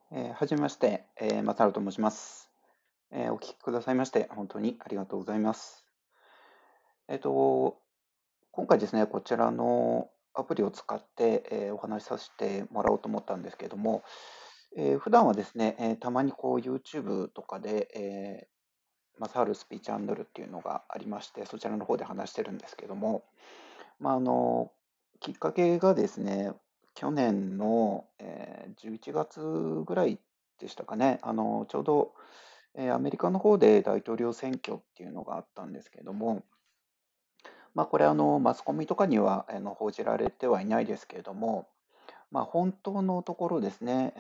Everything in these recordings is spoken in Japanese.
はじめまして、マサルと申します。お聞きくださいまして、本当にありがとうございます。えっと、今回ですね、こちらのアプリを使って、お話しさせてもらおうと思ったんですけれども、普段はですね、たまにこう YouTube とかで、マサルスピーチチャンネルっていうのがありまして、そちらの方で話してるんですけども、まあ、きっかけがですね、去年の、11月ぐらいでしたかね、ちょうど、アメリカの方で大統領選挙っていうのがあったんですけども、これマスコミとかには報じられてはいないですけれども、本当のところですね、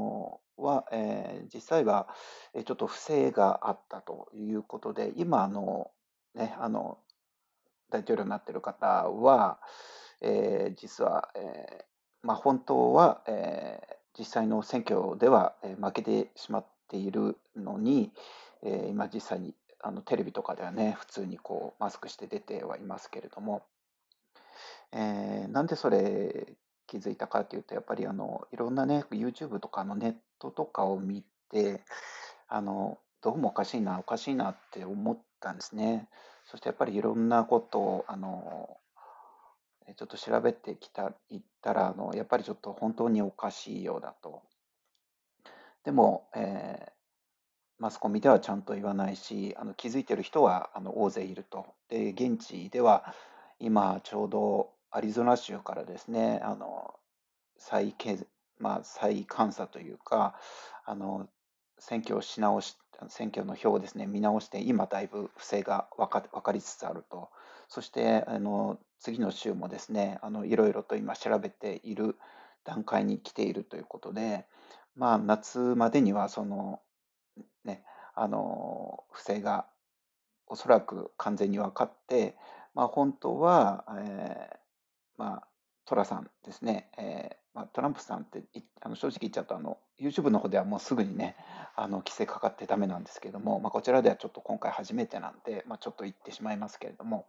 実際はちょっと不正があったということで、今ね、大統領になっている方は、実は、本当は、実際の選挙では、負けてしまっているのに、今実際にテレビとかではね、普通にこうマスクして出てはいますけれども、なんでそれ気づいたかというと、やっぱりいろんなね、YouTube とかのネットとかを見て、どうもおかしいな、おかしいなって思ったんですね。そしてやっぱりいろんなことを、ちょっと調べていったら、やっぱりちょっと本当におかしいようだと。でも、マスコミではちゃんと言わないし、気づいてる人は大勢いると。で、現地では今ちょうどアリゾナ州からですね、再検、再監査というか、あの、選挙をし直し、選挙の票をですね、見直して、今だいぶ不正が分かりつつあると。そして、次の週もですね、いろいろと今調べている段階に来ているということで、夏までには、ね、不正がおそらく完全に分かって、本当は、まあ、トラさんですね、トランプさんって正直言っちゃうとYouTube の方ではもうすぐにね、規制かかってダメなんですけれども、こちらではちょっと今回初めてなんで、ちょっと言ってしまいますけれども、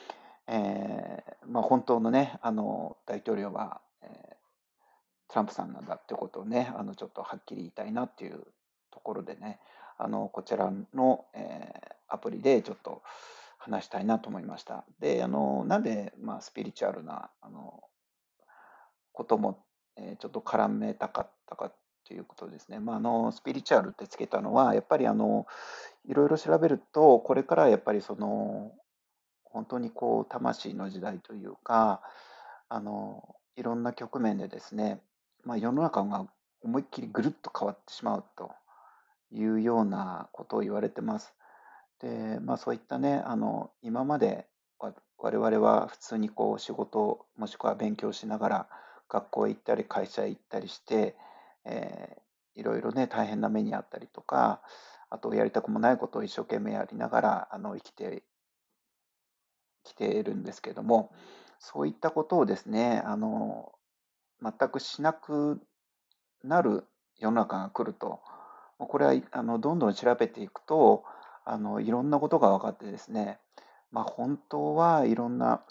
本当のね、大統領は、トランプさんなんだってことをね、ちょっとはっきり言いたいなっていうところでね、こちらの、アプリでちょっと話したいなと思いました。で、なんで、スピリチュアルな、ことも、ちょっと絡めたかったかっていうことですね。スピリチュアルってつけたのは、やっぱりいろいろ調べると、これからやっぱり本当にこう、魂の時代というか、いろんな局面でですね、世の中が思いっきりぐるっと変わってしまうというようなことを言われてます。で、そういったね、今まで我々は普通にこう仕事、もしくは勉強しながら学校へ行ったり会社へ行ったりして、いろいろね、大変な目にあったりとか、あとやりたくもないことを一生懸命やりながら生きてきているんですけども、そういったことをですね、全くしなくなる世の中が来ると、これはどんどん調べていくと、いろんなことが分かってですね、本当はいろんな、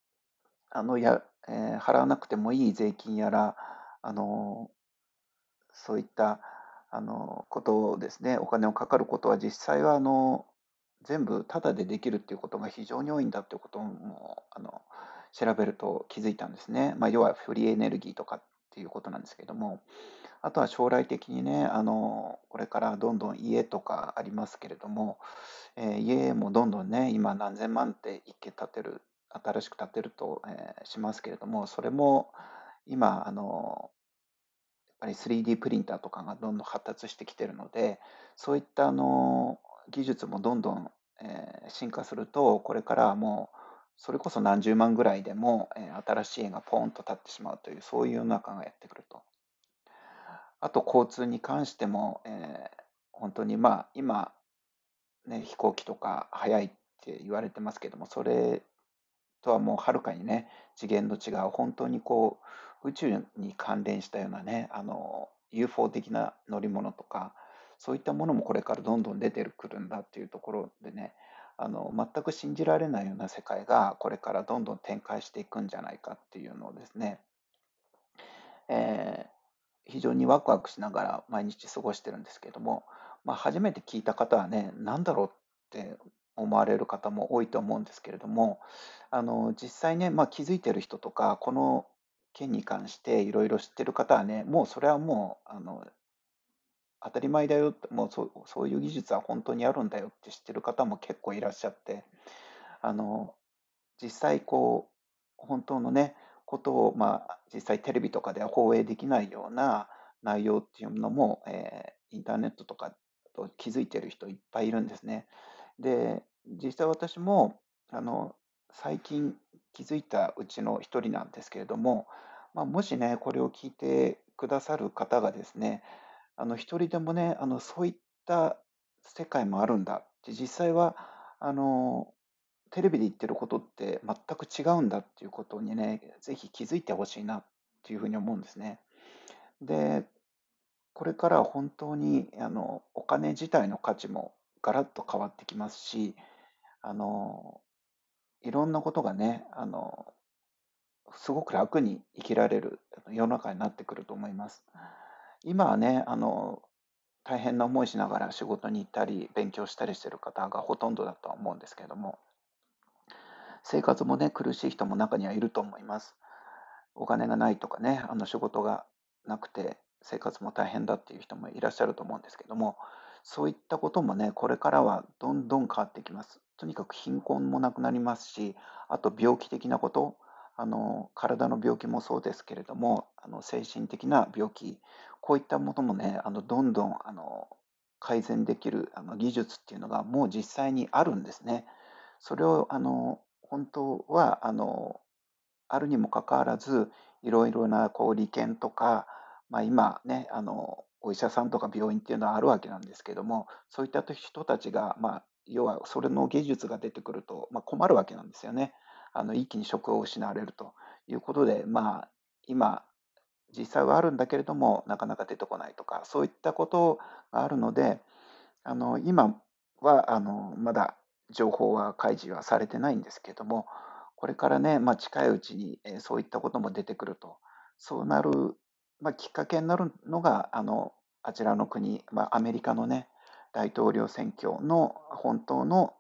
払わなくてもいい税金やら、あの、そういったことをですね、お金をかかることは実際は全部タダでできるっていうことが非常に多いんだっていうことも調べると気づいたんですね。要はフリーエネルギーとかっていうことなんですけども、あとは将来的にね、これからどんどん家とかありますけれども、家もどんどんね、今何千万って一軒建てる、新しく建てると、しますけれども、それも今、やっぱり 3D プリンターとかがどんどん発達してきているので、そういった技術もどんどん、進化すると、これからはもう、それこそ何十万ぐらいでも、新しい家がポーンと建ってしまうという、そういう世の中がやってくると。あと交通に関しても、本当に今、ね、飛行機とか速いって言われてますけども、それとはもうはるかにね、次元の違う、本当にこう、宇宙に関連したようなね、UFO 的な乗り物とか、そういったものもこれからどんどん出てくるんだっていうところでね、全く信じられないような世界がこれからどんどん展開していくんじゃないかっていうのをですね、え非常にワクワクしながら毎日過ごしてるんですけれども、初めて聞いた方はね、なんだろうって思われる方も多いと思うんですけれども、実際ね、気づいてる人とか、この件に関していろいろ知ってる方はね、もうそれはもう、当たり前だよって、もうそういう技術は本当にあるんだよって知ってる方も結構いらっしゃって、あの、実際本当のね、ことを、実際テレビとかでは放映できないような内容っていうのも、インターネットとかと気づいてる人いっぱいいるんですね。で、実際私も、最近気づいたうちの一人なんですけれども、もしね、これを聞いてくださる方がですね、一人でもね、そういった世界もあるんだって、実際は、あの、テレビで言ってることって全く違うんだっていうことにね、ぜひ気づいてほしいなっていうふうに思うんですね。で、これからは本当に、お金自体の価値もガラッと変わってきますし、あの、いろんなことがね、すごく楽に生きられる世の中になってくると思います。今はね、大変な思いしながら仕事に行ったり、勉強したりしている方がほとんどだとは思うんですけれども、生活もね、苦しい人も中にはいると思います。お金がないとかね、仕事がなくて生活も大変だっていう人もいらっしゃると思うんですけども、そういったこともね、これからはどんどん変わってきます。とにかく貧困もなくなりますし、あと病気的なこと、体の病気もそうですけれども、精神的な病気、こういったものもね、どんどん改善できる技術っていうのがもう実際にあるんですね。それを本当はあるにもかかわらず、いろいろな利権とか、今ね、お医者さんとか病院っていうのはあるわけなんですけども、そういった人たちが、要はそれの技術が出てくると、困るわけなんですよね。一気に職を失われるということで、今、実際はあるんだけれども、なかなか出てこないとか、そういったことがあるので、今はまだ情報は開示はされてないんですけれども、これからね、近いうちにそういったことも出てくると、そうなる、きっかけになるのが、あちらの国、アメリカのね、大統領選挙の本当の、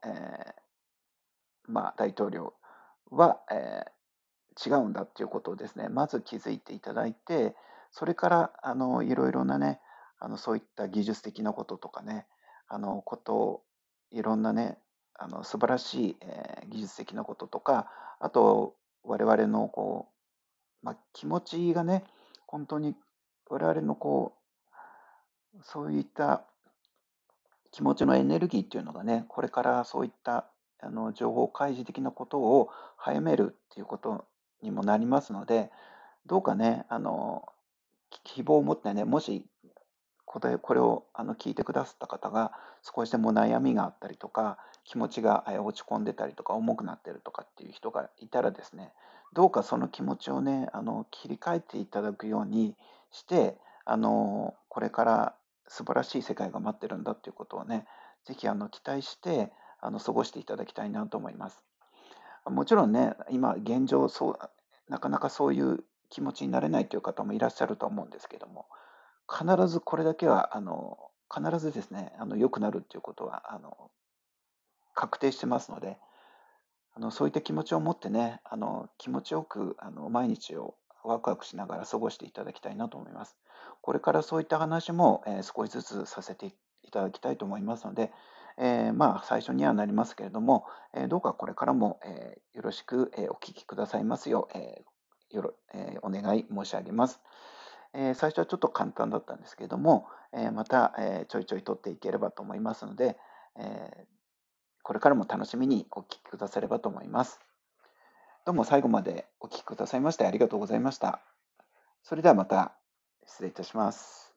大統領は、違うんだっていうことをですね、まず気づいていただいて、それからいろいろなね、そういった技術的なこととかね、ことをいろんなね、素晴らしい、技術的なこととか、あと我々の気持ちがね、本当に我々のそういった気持ちのエネルギーっていうのがね、これからそういった情報開示的なことを早めるっていうことにもなりますので、どうかね、希望を持ってね、もしこれを聞いてくださった方が少しでも悩みがあったりとか、気持ちが落ち込んでたりとか、重くなってるとかっていう人がいたらですね、どうかその気持ちをね、切り替えていただくようにして、これから素晴らしい世界が待ってるんだっていうことをね、ぜひ期待して過ごしていただきたいなと思います。もちろんね、今現状なかなかそういう気持ちになれないという方もいらっしゃると思うんですけども、必ずこれだけは、必ずですね、良くなるっていうことは、確定してますので、そういった気持ちを持ってね、気持ちよく、毎日をワクワクしながら過ごしていただきたいなと思います。これからそういった話も、少しずつさせていただきたいと思いますので、最初にはなりますけれども、どうかこれからも、よろしく、お聞きくださいますよう、お願い申し上げます。最初はちょっと簡単だったんですけれども、また、ちょいちょい取っていければと思いますので、これからも楽しみにお聞きくださればと思います。どうも最後までお聞きくださいましてありがとうございました。それではまた失礼いたします。